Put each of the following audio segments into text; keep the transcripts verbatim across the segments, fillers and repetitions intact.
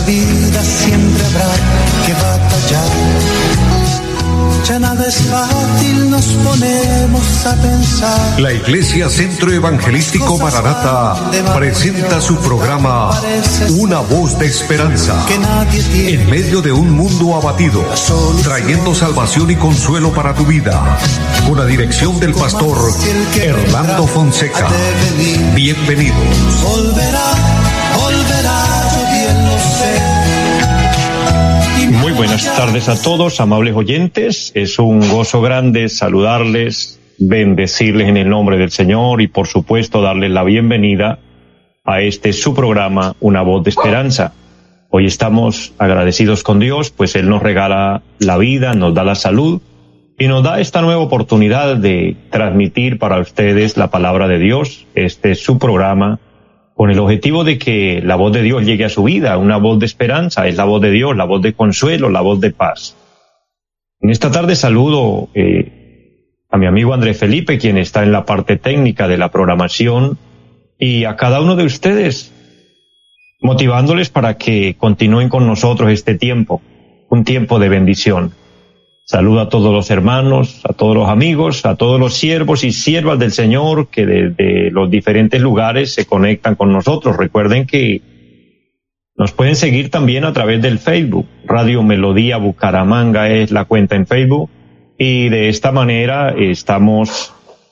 vida siempre habrá que batallar. Ya nada es fácil, nos ponemos a pensar. La Iglesia Centro Evangelístico Maranata presenta su programa Una Voz de Esperanza. En medio de un mundo abatido, trayendo salvación y consuelo para tu vida. Con la dirección del pastor Hernando Fonseca. Bienvenidos. Volverá, volverá, yo bien lo sé. Muy buenas tardes a todos, amables oyentes. Es un gozo grande saludarles, bendecirles en el nombre del Señor y por supuesto darles la bienvenida a este su programa, Una Voz de Esperanza. Hoy estamos agradecidos con Dios, pues Él nos regala la vida, nos da la salud y nos da esta nueva oportunidad de transmitir para ustedes la palabra de Dios. Este es su programa, con el objetivo de que la voz de Dios llegue a su vida, una voz de esperanza, es la voz de Dios, la voz de consuelo, la voz de paz. En esta tarde saludo eh, a mi amigo Andrés Felipe, quien está en la parte técnica de la programación, y a cada uno de ustedes, motivándoles para que continúen con nosotros este tiempo, un tiempo de bendición. Saludo a todos los hermanos, a todos los amigos, a todos los siervos y siervas del Señor que desde los diferentes lugares se conectan con nosotros. Recuerden que nos pueden seguir también a través del Facebook. Radio Melodía Bucaramanga es la cuenta en Facebook. Y de esta manera estamos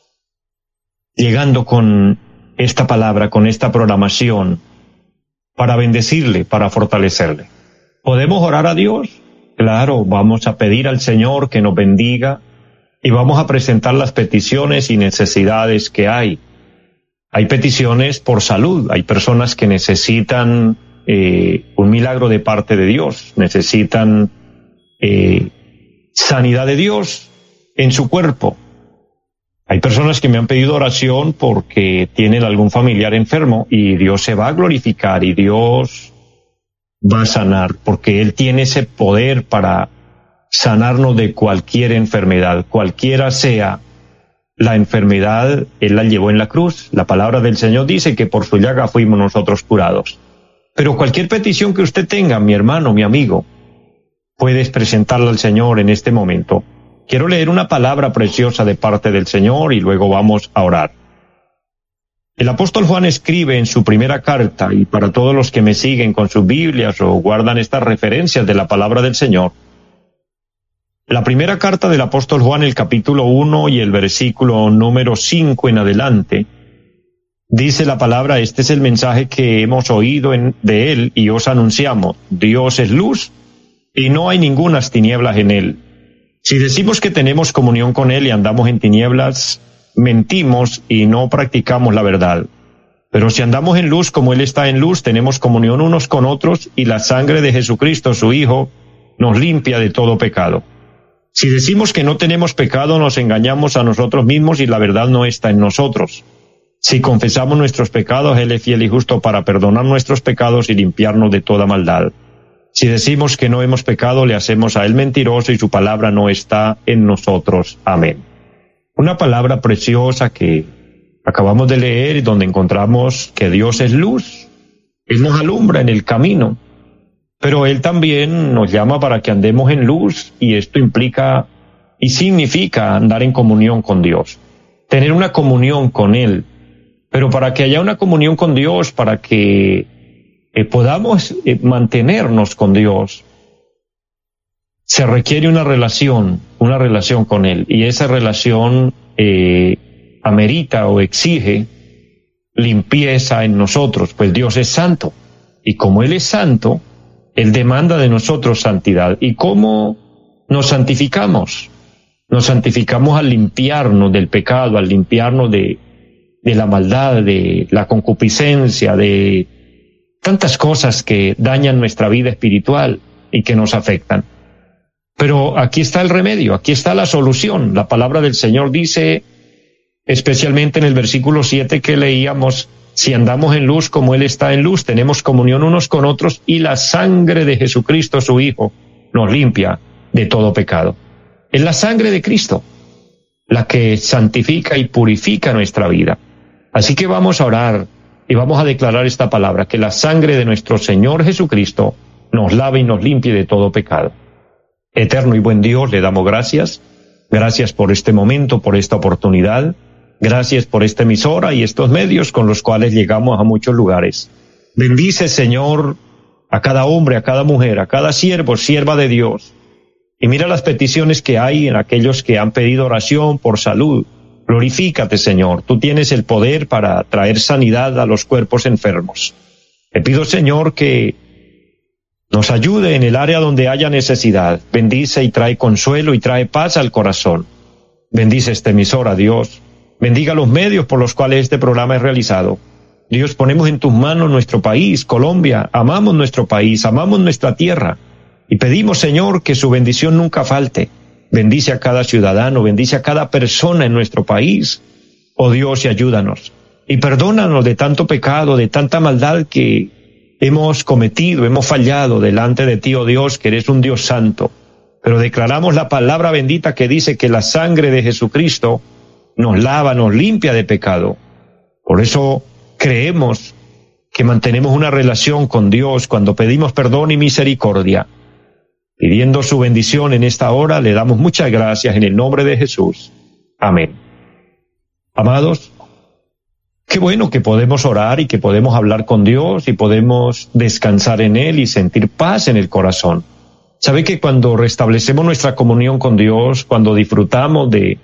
llegando con esta palabra, con esta programación, para bendecirle, para fortalecerle. ¿Podemos orar a Dios? Claro, vamos a pedir al Señor que nos bendiga y vamos a presentar las peticiones y necesidades que hay. Hay peticiones por salud, hay personas que necesitan eh, un milagro de parte de Dios, necesitan eh, sanidad de Dios en su cuerpo. Hay personas que me han pedido oración porque tienen algún familiar enfermo y Dios se va a glorificar y Dios va a sanar, porque Él tiene ese poder para sanarnos de cualquier enfermedad, cualquiera sea la enfermedad, Él la llevó en la cruz. La palabra del Señor dice que por su llaga fuimos nosotros curados. Pero cualquier petición que usted tenga, mi hermano, mi amigo, puedes presentarla al Señor en este momento. Quiero leer una palabra preciosa de parte del Señor y luego vamos a orar. El apóstol Juan escribe en su primera carta, y para todos los que me siguen con sus Biblias o guardan estas referencias de la palabra del Señor, la primera carta del apóstol Juan, el capítulo uno y el versículo número cinco en adelante, dice la palabra: este es el mensaje que hemos oído en, de él y os anunciamos. Dios es luz y no hay ningunas tinieblas en él. Si decimos que tenemos comunión con él y andamos en tinieblas, mentimos y no practicamos la verdad. Pero si andamos en luz como Él está en luz, tenemos comunión unos con otros y la sangre de Jesucristo, su Hijo, nos limpia de todo pecado. Si decimos que no tenemos pecado, nos engañamos a nosotros mismos y la verdad no está en nosotros. Si confesamos nuestros pecados, Él es fiel y justo para perdonar nuestros pecados y limpiarnos de toda maldad. Si decimos que no hemos pecado, le hacemos a Él mentiroso y su palabra no está en nosotros. Amén. Una palabra preciosa que acabamos de leer, donde encontramos que Dios es luz. Él nos alumbra en el camino, pero Él también nos llama para que andemos en luz, y esto implica y significa andar en comunión con Dios, tener una comunión con Él. Pero para que haya una comunión con Dios, para que eh, podamos eh, mantenernos con Dios, se requiere una relación, una relación con Él, y esa relación eh, amerita o exige limpieza en nosotros, pues Dios es santo, y como Él es santo, Él demanda de nosotros santidad. ¿Y cómo nos santificamos? Nos santificamos al limpiarnos del pecado, al limpiarnos de, de la maldad, de la concupiscencia, de tantas cosas que dañan nuestra vida espiritual y que nos afectan. Pero aquí está el remedio, aquí está la solución. La palabra del Señor dice, especialmente en el versículo siete que leíamos: si andamos en luz como Él está en luz, tenemos comunión unos con otros y la sangre de Jesucristo, su Hijo, nos limpia de todo pecado. Es la sangre de Cristo la que santifica y purifica nuestra vida. Así que vamos a orar y vamos a declarar esta palabra, que la sangre de nuestro Señor Jesucristo nos lave y nos limpie de todo pecado. Eterno y buen Dios, le damos gracias. Gracias por este momento, por esta oportunidad. Gracias por esta emisora y estos medios con los cuales llegamos a muchos lugares. Bendice, Señor, a cada hombre, a cada mujer, a cada siervo, sierva de Dios. Y mira las peticiones que hay en aquellos que han pedido oración por salud. Glorifícate, Señor. Tú tienes el poder para traer sanidad a los cuerpos enfermos. Te pido, Señor, que nos ayude en el área donde haya necesidad. Bendice y trae consuelo y trae paz al corazón. Bendice esta emisora, Dios. Bendiga los medios por los cuales este programa es realizado. Dios, ponemos en tus manos nuestro país, Colombia. Amamos nuestro país, amamos nuestra tierra. Y pedimos, Señor, que su bendición nunca falte. Bendice a cada ciudadano, bendice a cada persona en nuestro país. Oh Dios, y ayúdanos. Y perdónanos de tanto pecado, de tanta maldad que hemos cometido, hemos fallado delante de ti, oh Dios, que eres un Dios santo. Pero declaramos la palabra bendita que dice que la sangre de Jesucristo nos lava, nos limpia de pecado. Por eso creemos que mantenemos una relación con Dios cuando pedimos perdón y misericordia. Pidiendo su bendición en esta hora, le damos muchas gracias en el nombre de Jesús. Amén. Amados, qué bueno que podemos orar y que podemos hablar con Dios y podemos descansar en Él y sentir paz en el corazón. ¿Sabe que cuando restablecemos nuestra comunión con Dios, cuando disfrutamos de,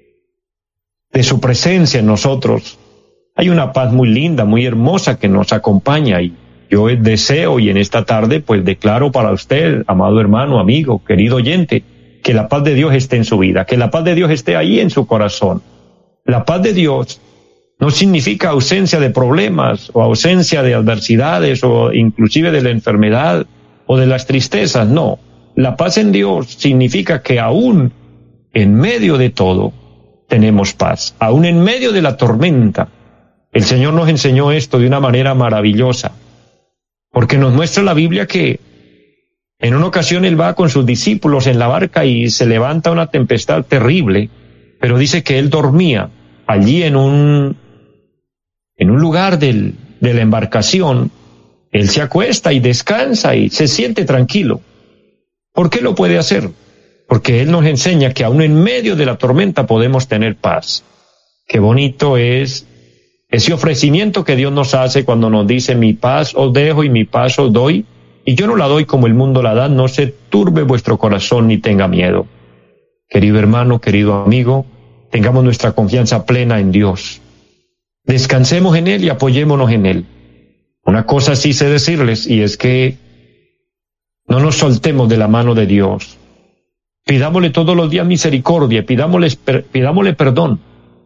de su presencia en nosotros, hay una paz muy linda, muy hermosa que nos acompaña? Y yo deseo y en esta tarde pues declaro para usted, amado hermano, amigo, querido oyente, que la paz de Dios esté en su vida, que la paz de Dios esté ahí en su corazón. La paz de Dios no significa ausencia de problemas o ausencia de adversidades o inclusive de la enfermedad o de las tristezas, no. La paz en Dios significa que aún en medio de todo tenemos paz, aún en medio de la tormenta. El Señor nos enseñó esto de una manera maravillosa. Porque nos muestra la Biblia que en una ocasión Él va con sus discípulos en la barca y se levanta una tempestad terrible, pero dice que Él dormía allí en un, en un lugar del, de la embarcación. Él se acuesta y descansa y se siente tranquilo. ¿Por qué lo puede hacer? Porque Él nos enseña que aún en medio de la tormenta podemos tener paz. Qué bonito es ese ofrecimiento que Dios nos hace cuando nos dice: mi paz os dejo y mi paz os doy, y yo no la doy como el mundo la da, no se turbe vuestro corazón ni tenga miedo. Querido hermano, querido amigo, tengamos nuestra confianza plena en Dios. Descansemos en Él y apoyémonos en Él. Una cosa sí sé decirles, y es que no nos soltemos de la mano de Dios. Pidámosle todos los días misericordia, pidámosle, pidámosle perdón.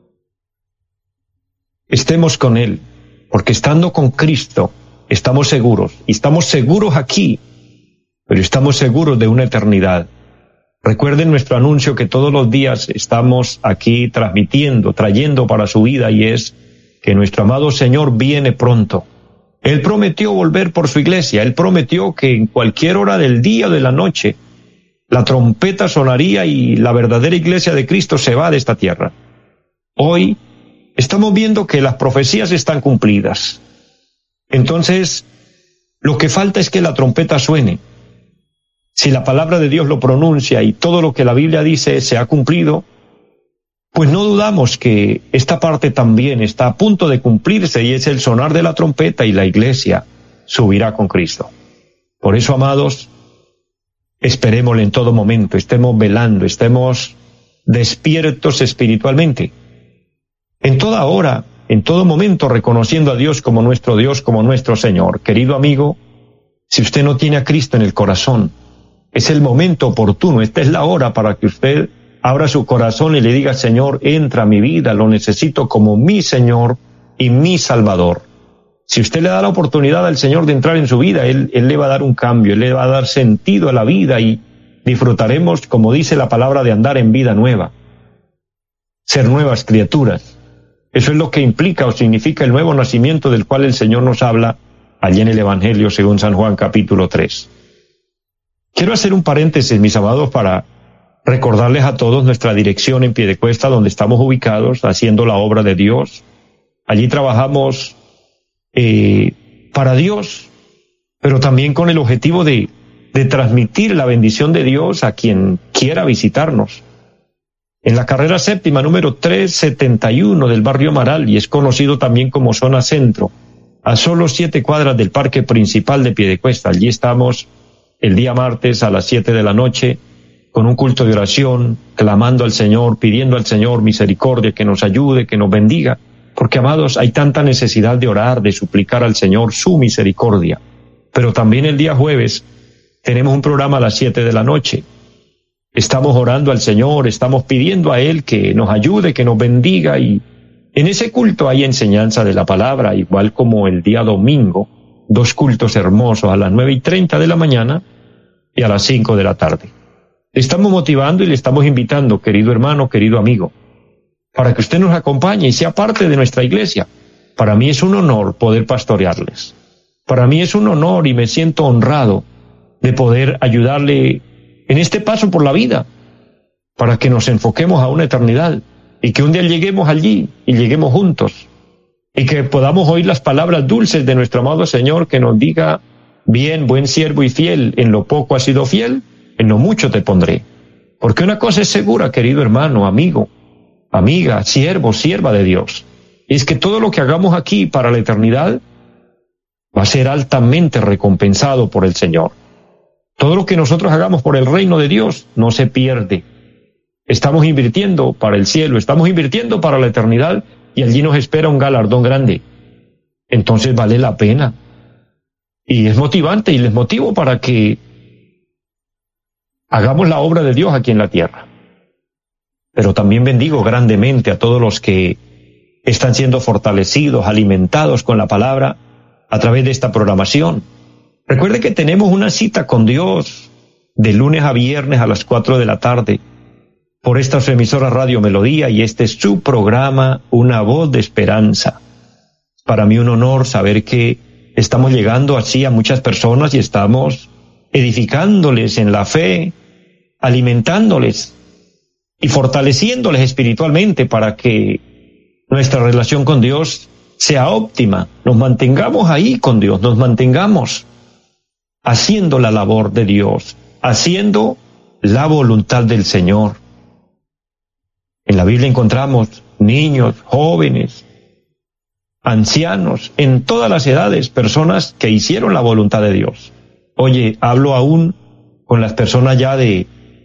Estemos con Él, porque estando con Cristo estamos seguros, y estamos seguros aquí, pero estamos seguros de una eternidad. Recuerden nuestro anuncio que todos los días estamos aquí transmitiendo, trayendo para su vida, y es que nuestro amado Señor viene pronto. Él prometió volver por su iglesia, Él prometió que en cualquier hora del día o de la noche la trompeta sonaría y la verdadera iglesia de Cristo se va de esta tierra. Hoy estamos viendo que las profecías están cumplidas. Entonces, lo que falta es que la trompeta suene. Si la palabra de Dios lo pronuncia y todo lo que la Biblia dice se ha cumplido, pues no dudamos que esta parte también está a punto de cumplirse, y es el sonar de la trompeta y la iglesia subirá con Cristo. Por eso, amados, esperémosle en todo momento, estemos velando, estemos despiertos espiritualmente. En toda hora, en todo momento, reconociendo a Dios como nuestro Dios, como nuestro Señor. Querido amigo, si usted no tiene a Cristo en el corazón, es el momento oportuno, esta es la hora para que usted abra su corazón y le diga: Señor, entra a mi vida, lo necesito como mi Señor y mi Salvador. Si usted le da la oportunidad al Señor de entrar en su vida, Él, Él le va a dar un cambio, Él le va a dar sentido a la vida y disfrutaremos, como dice la palabra, de andar en vida nueva, ser nuevas criaturas. Eso es lo que implica o significa el nuevo nacimiento del cual el Señor nos habla allí en el Evangelio según San Juan capítulo tres. Quiero hacer un paréntesis, mis amados, para recordarles a todos nuestra dirección en Piedecuesta, donde estamos ubicados haciendo la obra de Dios. Allí trabajamos eh, para Dios, pero también con el objetivo de de transmitir la bendición de Dios a quien quiera visitarnos. En la carrera séptima, número trescientos setenta y uno del barrio Maral, y es conocido también como zona centro, a solo siete cuadras del parque principal de Piedecuesta. Allí estamos el día martes a las siete de la noche, con un culto de oración, clamando al Señor, pidiendo al Señor misericordia, que nos ayude, que nos bendiga, porque, amados, hay tanta necesidad de orar, de suplicar al Señor su misericordia. Pero también el día jueves tenemos un programa a las siete de la noche. Estamos orando al Señor, estamos pidiendo a Él que nos ayude, que nos bendiga, y en ese culto hay enseñanza de la palabra, igual como el día domingo, dos cultos hermosos a las nueve y treinta de la mañana y a las cinco de la tarde. Le estamos motivando y le estamos invitando, querido hermano, querido amigo, para que usted nos acompañe y sea parte de nuestra iglesia. Para mí es un honor poder pastorearles. Para mí es un honor y me siento honrado de poder ayudarle en este paso por la vida, para que nos enfoquemos a una eternidad y que un día lleguemos allí y lleguemos juntos y que podamos oír las palabras dulces de nuestro amado Señor, que nos diga: bien, buen siervo y fiel, en lo poco has sido fiel, en lo mucho te pondré. Porque una cosa es segura, querido hermano, amigo, amiga, siervo, sierva de Dios, es que todo lo que hagamos aquí para la eternidad va a ser altamente recompensado por el Señor. Todo lo que nosotros hagamos por el reino de Dios no se pierde. Estamos invirtiendo para el cielo, estamos invirtiendo para la eternidad, y allí nos espera un galardón grande. Entonces vale la pena. Y es motivante, y les motivo para que hagamos la obra de Dios aquí en la tierra. Pero también bendigo grandemente a todos los que están siendo fortalecidos, alimentados con la palabra a través de esta programación. Recuerde que tenemos una cita con Dios de lunes a viernes a las cuatro de la tarde por esta emisora Radio Melodía, y este es su programa, Una Voz de Esperanza. Para mí un honor saber que estamos llegando así a muchas personas y estamos edificándoles en la fe, alimentándoles y fortaleciéndoles espiritualmente para que nuestra relación con Dios sea óptima. Nos mantengamos ahí con Dios, nos mantengamos haciendo la labor de Dios, haciendo la voluntad del Señor. En la Biblia encontramos niños, jóvenes, ancianos, en todas las edades, personas que hicieron la voluntad de Dios. Oye, hablo aún con las personas ya de,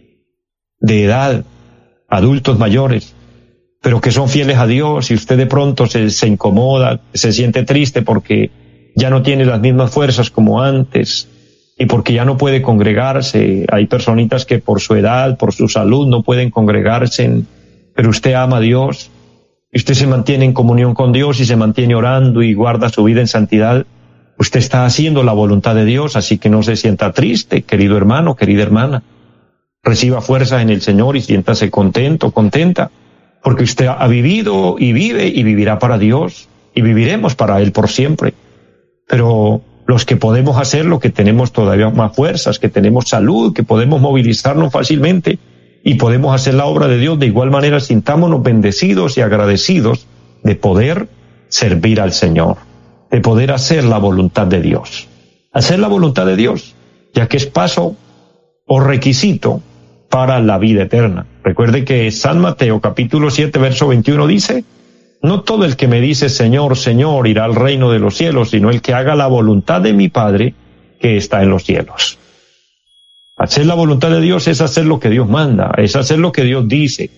de edad, adultos mayores, pero que son fieles a Dios, y usted de pronto se, se incomoda, se siente triste porque ya no tiene las mismas fuerzas como antes, y porque ya no puede congregarse. Hay personitas que por su edad, por su salud, no pueden congregarse, pero usted ama a Dios, y usted se mantiene en comunión con Dios y se mantiene orando y guarda su vida en santidad. Usted está haciendo la voluntad de Dios, así que no se sienta triste, querido hermano, querida hermana. Reciba fuerzas en el Señor y siéntase contento, contenta, porque usted ha vivido y vive y vivirá para Dios, y viviremos para Él por siempre. Pero los que podemos hacerlo, que tenemos todavía más fuerzas, que tenemos salud, que podemos movilizarnos fácilmente y podemos hacer la obra de Dios, de igual manera sintámonos bendecidos y agradecidos de poder servir al Señor, de poder hacer la voluntad de Dios. Hacer la voluntad de Dios, ya que es paso o requisito para la vida eterna. Recuerde que San Mateo capítulo siete verso veintiuno dice: no todo el que me dice Señor, Señor irá al reino de los cielos, sino el que haga la voluntad de mi Padre que está en los cielos. Hacer la voluntad de Dios es hacer lo que Dios manda, es hacer lo que Dios dice,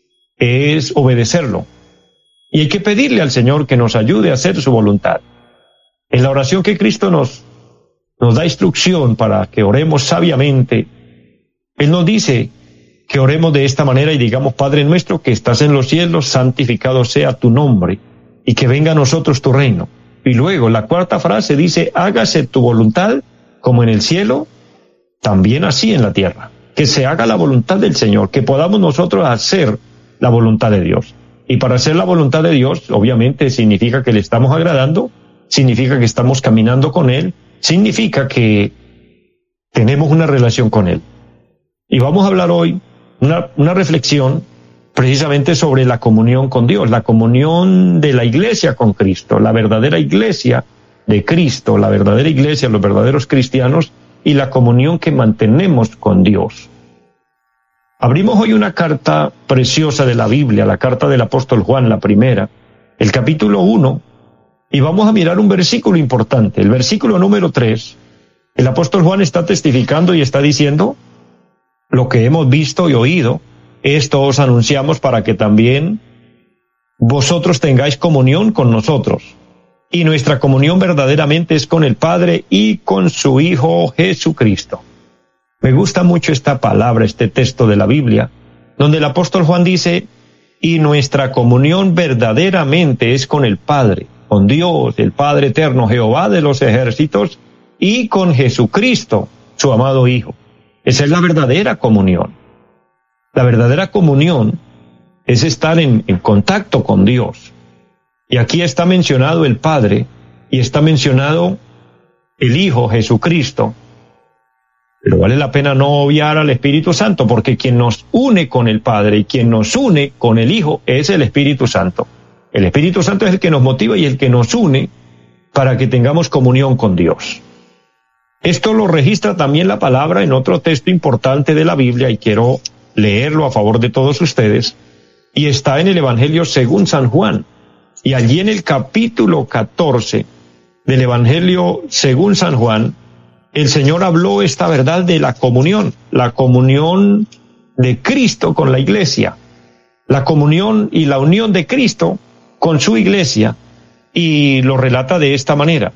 es obedecerlo. Y hay que pedirle al Señor que nos ayude a hacer su voluntad. En la oración que Cristo nos, nos da instrucción para que oremos sabiamente, Él nos dice que oremos de esta manera y digamos: Padre nuestro que estás en los cielos, santificado sea tu nombre, y que venga a nosotros tu reino. Y luego la cuarta frase dice: hágase tu voluntad como en el cielo, también así en la tierra. Que se haga la voluntad del Señor, que podamos nosotros hacer la voluntad de Dios. Y para hacer la voluntad de Dios, obviamente significa que le estamos agradando, significa que estamos caminando con Él, significa que tenemos una relación con Él. Y vamos a hablar hoy Una, una reflexión precisamente sobre la comunión con Dios, la comunión de la iglesia con Cristo, la verdadera iglesia de Cristo, la verdadera iglesia, los verdaderos cristianos, y la comunión que mantenemos con Dios. Abrimos hoy una carta preciosa de la Biblia, la carta del apóstol Juan, la primera, el capítulo uno, y vamos a mirar un versículo importante, el versículo número tres. El apóstol Juan está testificando y está diciendo: lo que hemos visto y oído, esto os anunciamos para que también vosotros tengáis comunión con nosotros. Y nuestra comunión verdaderamente es con el Padre y con su Hijo Jesucristo. Me gusta mucho esta palabra, este texto de la Biblia, donde el apóstol Juan dice: y nuestra comunión verdaderamente es con el Padre, con Dios, el Padre eterno, Jehová de los ejércitos, y con Jesucristo, su amado Hijo. Esa es la verdadera comunión. La verdadera comunión es estar en, en contacto con Dios. Y aquí está mencionado el Padre y está mencionado el Hijo Jesucristo. Pero vale la pena no obviar al Espíritu Santo, porque quien nos une con el Padre y quien nos une con el Hijo es el Espíritu Santo. El Espíritu Santo es el que nos motiva y el que nos une para que tengamos comunión con Dios. Esto lo registra también la palabra en otro texto importante de la Biblia, y quiero leerlo a favor de todos ustedes, y está en el Evangelio según San Juan. Y allí en el capítulo catorce del Evangelio según San Juan, el Señor habló esta verdad de la comunión, la comunión de Cristo con la iglesia, la comunión y la unión de Cristo con su iglesia, y lo relata de esta manera.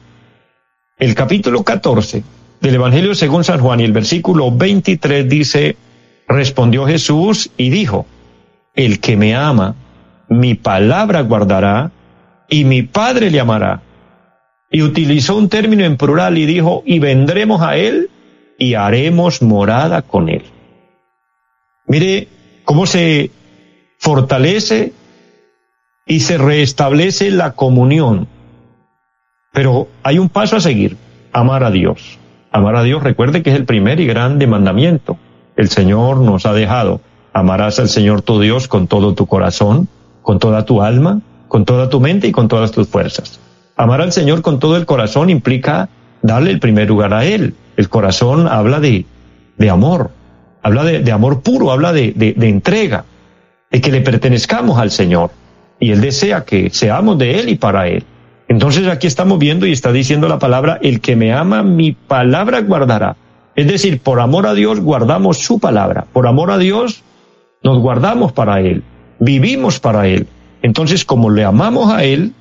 El capítulo catorce del Evangelio según San Juan y el versículo veintitrés dice: respondió Jesús y dijo: el que me ama, mi palabra guardará, y mi Padre le amará. Y utilizó un término en plural y dijo: y vendremos a él y haremos morada con él. Mire cómo se fortalece y se restablece la comunión. Pero hay un paso a seguir: amar a Dios. Amar a Dios, recuerde que es el primer y grande mandamiento. El Señor nos ha dejado: amarás al Señor tu Dios con todo tu corazón, con toda tu alma, con toda tu mente y con todas tus fuerzas. Amar al Señor con todo el corazón implica darle el primer lugar a Él. El corazón habla de, de amor, habla de, de amor puro, habla de, de, de entrega, de que le pertenezcamos al Señor. Y Él desea que seamos de Él y para Él. Entonces aquí estamos viendo y está diciendo la palabra: el que me ama, mi palabra guardará. Es decir, por amor a Dios guardamos su palabra. Por amor a Dios nos guardamos para Él, vivimos para Él. Entonces, como le amamos a Él,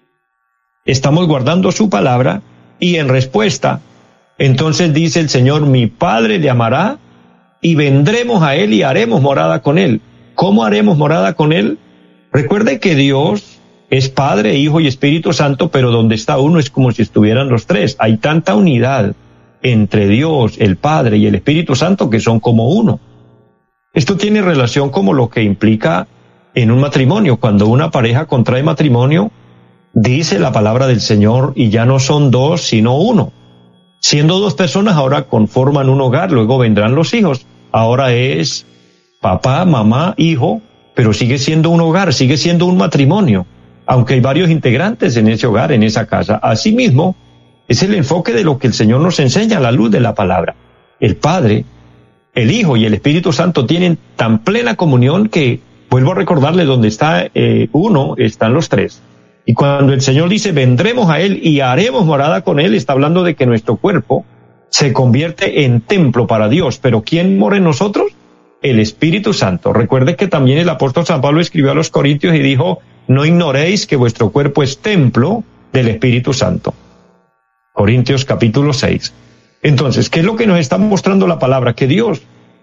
estamos guardando su palabra, y en respuesta, entonces dice el Señor: mi Padre le amará, y vendremos a Él y haremos morada con Él. ¿Cómo haremos morada con Él? Recuerde que Dios es Padre, Hijo y Espíritu Santo, pero donde está uno es como si estuvieran los tres. Hay tanta unidad entre Dios, el Padre y el Espíritu Santo que son como uno. Esto tiene relación como lo que implica en un matrimonio. Cuando una pareja contrae matrimonio, dice la palabra del Señor: y ya no son dos, sino uno. Siendo dos personas, ahora conforman un hogar, luego vendrán los hijos. Ahora es papá, mamá, hijo, pero sigue siendo un hogar, sigue siendo un matrimonio, aunque hay varios integrantes en ese hogar, en esa casa. Asimismo, es el enfoque de lo que el Señor nos enseña a la luz de la palabra. El Padre, el Hijo y el Espíritu Santo tienen tan plena comunión que, vuelvo a recordarle, donde está eh, uno, están los tres. Y cuando el Señor dice: vendremos a Él y haremos morada con Él, está hablando de que nuestro cuerpo se convierte en templo para Dios. Pero ¿quién mora en nosotros? El Espíritu Santo. Recuerde que también el apóstol San Pablo escribió a los Corintios y dijo: no ignoréis que vuestro cuerpo es templo del Espíritu Santo. Corintios capítulo seis. Entonces, ¿qué es lo que nos está mostrando la palabra? Que Dios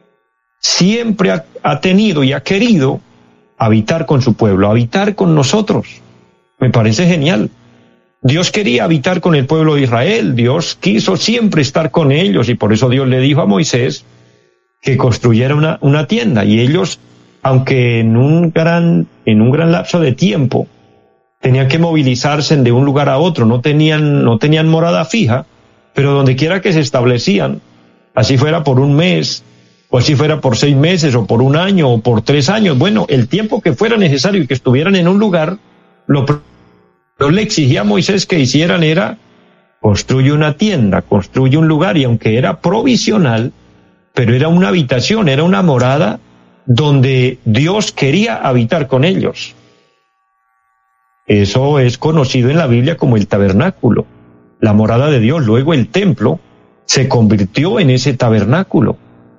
siempre ha, ha tenido y ha querido habitar con su pueblo, habitar con nosotros. Me parece genial. Dios quería habitar con el pueblo de Israel. Dios quiso siempre estar con ellos, y por eso Dios le dijo a Moisés que construyera una, una tienda. Y ellos, aunque en un gran, en un gran lapso de tiempo tenían que movilizarse de un lugar a otro, no tenían, no tenían morada fija, pero donde quiera que se establecían, así fuera por un mes, o así fuera por seis meses, o por un año, o por tres años, bueno, el tiempo que fuera necesario y que estuvieran en un lugar, lo que le exigía a Moisés que hicieran era construye una tienda, construye un lugar, y aunque era provisional, pero era una habitación, era una morada donde Dios quería habitar con ellos. Eso es conocido en la Biblia como el tabernáculo, la morada de Dios. Luego el templo se convirtió en ese tabernáculo,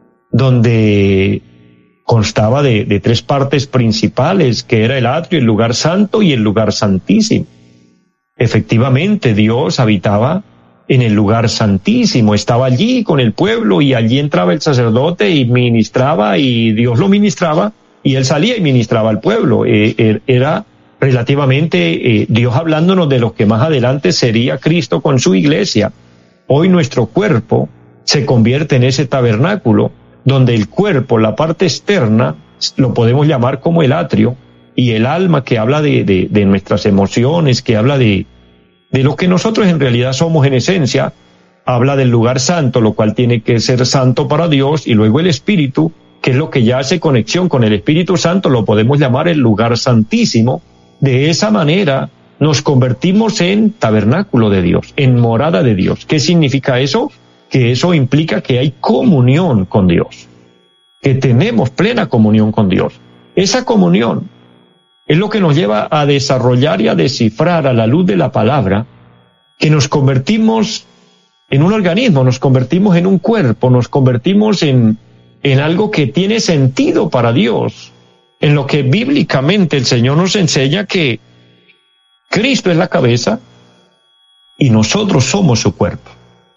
donde constaba de, de tres partes principales, que era el atrio, el lugar santo y el lugar santísimo. Efectivamente, Dios habitaba en el lugar santísimo, estaba allí con el pueblo, y allí entraba el sacerdote y ministraba, y Dios lo ministraba, y él salía y ministraba al pueblo. Eh, era relativamente eh, Dios hablándonos de lo que más adelante sería Cristo con su iglesia. Hoy nuestro cuerpo se convierte en ese tabernáculo, donde el cuerpo, la parte externa, lo podemos llamar como el atrio, y el alma, que habla de, de, de nuestras emociones, que habla de, de lo que nosotros en realidad somos en esencia, habla del lugar santo, lo cual tiene que ser santo para Dios, y luego el espíritu, que es lo que ya hace conexión con el Espíritu Santo, lo podemos llamar el lugar santísimo. De esa manera nos convertimos en tabernáculo de Dios, en morada de Dios. ¿Qué significa eso? Que eso implica que hay comunión con Dios, que tenemos plena comunión con Dios. Esa comunión es lo que nos lleva a desarrollar y a descifrar a la luz de la palabra que nos convertimos en un organismo, nos convertimos en un cuerpo, nos convertimos en, en algo que tiene sentido para Dios, en lo que bíblicamente el Señor nos enseña que Cristo es la cabeza y nosotros somos su cuerpo.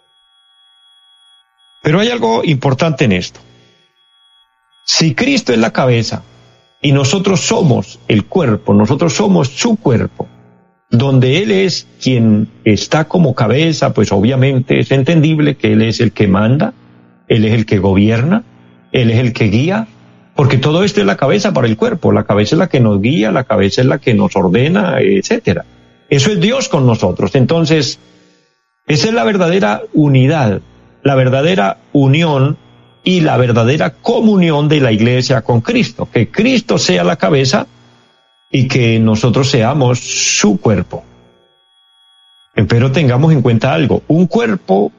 Pero hay algo importante en esto. Si Cristo es la cabeza y nosotros somos el cuerpo, nosotros somos su cuerpo, donde Él es quien está como cabeza, pues obviamente es entendible que Él es el que manda, Él es el que gobierna, Él es el que guía, porque todo esto es la cabeza para el cuerpo. La cabeza es la que nos guía, la cabeza es la que nos ordena, etcétera. Eso es Dios con nosotros. Entonces, esa es la verdadera unidad, la verdadera unión y la verdadera comunión de la iglesia con Cristo, que Cristo sea la cabeza y que nosotros seamos su cuerpo. Pero tengamos en cuenta algo, un cuerpo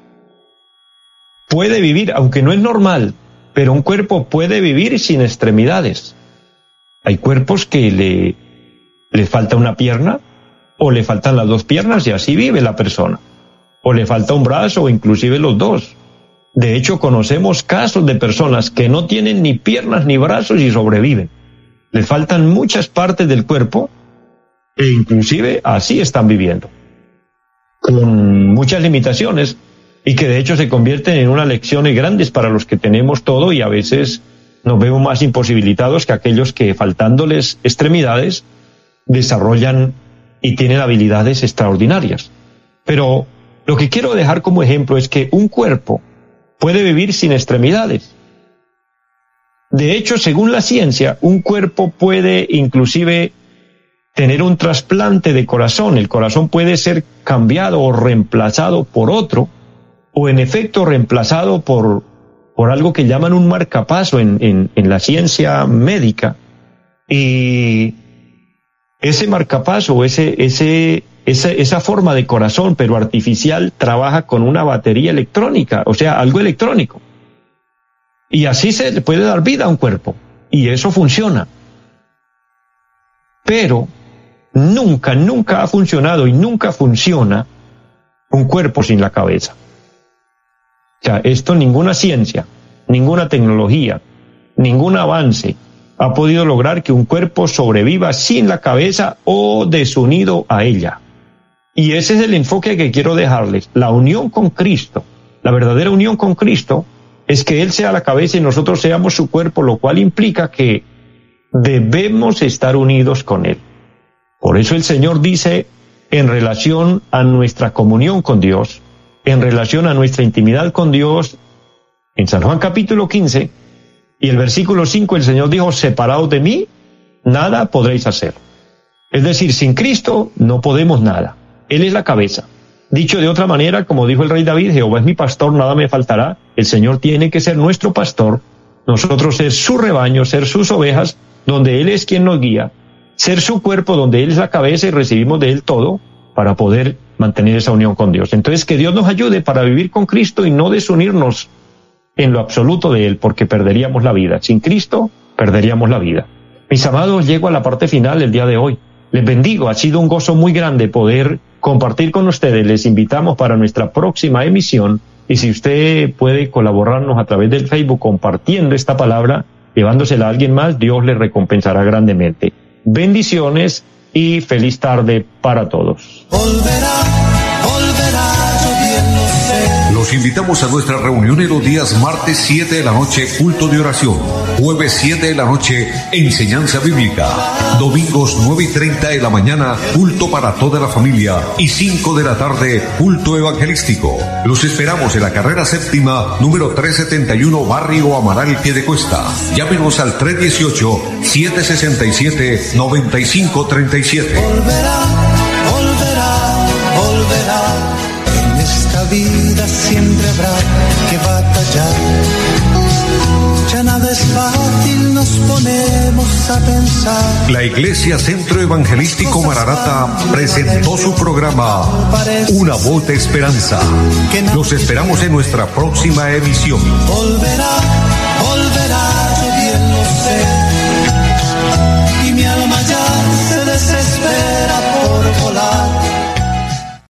puede vivir, aunque no es normal, pero un cuerpo puede vivir sin extremidades. Hay cuerpos que le, le falta una pierna, o le faltan las dos piernas, y así vive la persona. O le falta un brazo, o inclusive los dos. De hecho, conocemos casos de personas que no tienen ni piernas ni brazos y sobreviven. Les faltan muchas partes del cuerpo e inclusive así están viviendo, con muchas limitaciones, y que de hecho se convierten en unas lecciones grandes para los que tenemos todo, y a veces nos vemos más imposibilitados que aquellos que, faltándoles extremidades, desarrollan y tienen habilidades extraordinarias. Pero lo que quiero dejar como ejemplo es que un cuerpo puede vivir sin extremidades. De hecho, según la ciencia, un cuerpo puede inclusive tener un trasplante de corazón. El corazón puede ser cambiado o reemplazado por otro, o en efecto reemplazado por, por algo que llaman un marcapaso en, en, en la ciencia médica. Y ese marcapaso, ese, ese, esa, esa forma de corazón, pero artificial, trabaja con una batería electrónica, o sea, algo electrónico. Y así se le puede dar vida a un cuerpo, y eso funciona. Pero nunca, nunca ha funcionado y nunca funciona un cuerpo sin la cabeza. O sea, esto ninguna ciencia, ninguna tecnología, ningún avance ha podido lograr que un cuerpo sobreviva sin la cabeza o desunido a ella. Y ese es el enfoque que quiero dejarles. La unión con Cristo, la verdadera unión con Cristo, es que Él sea la cabeza y nosotros seamos su cuerpo, lo cual implica que debemos estar unidos con Él. Por eso el Señor dice, en relación a nuestra comunión con Dios, en relación a nuestra intimidad con Dios, en San Juan capítulo quince, y el versículo cinco, el Señor dijo, separados de mí, nada podréis hacer. Es decir, sin Cristo no podemos nada. Él es la cabeza. Dicho de otra manera, como dijo el rey David, Jehová es mi pastor, nada me faltará. El Señor tiene que ser nuestro pastor, nosotros ser su rebaño, ser sus ovejas, donde Él es quien nos guía, ser su cuerpo, donde Él es la cabeza y recibimos de Él todo, para poder mantener esa unión con Dios. Entonces, que Dios nos ayude para vivir con Cristo y no desunirnos en lo absoluto de Él, porque perderíamos la vida. Sin Cristo, perderíamos la vida. Mis amados, llego a la parte final el día de hoy. Les bendigo, ha sido un gozo muy grande poder compartir con ustedes. Les invitamos para nuestra próxima emisión, y si usted puede colaborarnos a través del Facebook compartiendo esta palabra, llevándosela a alguien más, Dios le recompensará grandemente. Bendiciones y feliz tarde para todos. Volverá, volverá, yo bien lo sé. Los invitamos a nuestra reunión en los días martes siete de la noche, culto de oración, jueves siete de la noche, enseñanza bíblica, domingos nueve y treinta de la mañana, culto para toda la familia, y cinco de la tarde, culto evangelístico. Los esperamos en la carrera séptima, número trescientos setenta y uno, Barrio Amaral, Piedecuesta. Llámenos al tres dieciocho, siete sesenta y siete, noventa y cinco treinta y siete. Volverá, volverá, volverá. En esta vida siempre habrá que batallar. Ya nada es fácil, nos ponemos a pensar. La Iglesia Centro Evangelístico Maranata presentó su programa Una Voz de Esperanza. Los esperamos en nuestra próxima emisión. Volverá.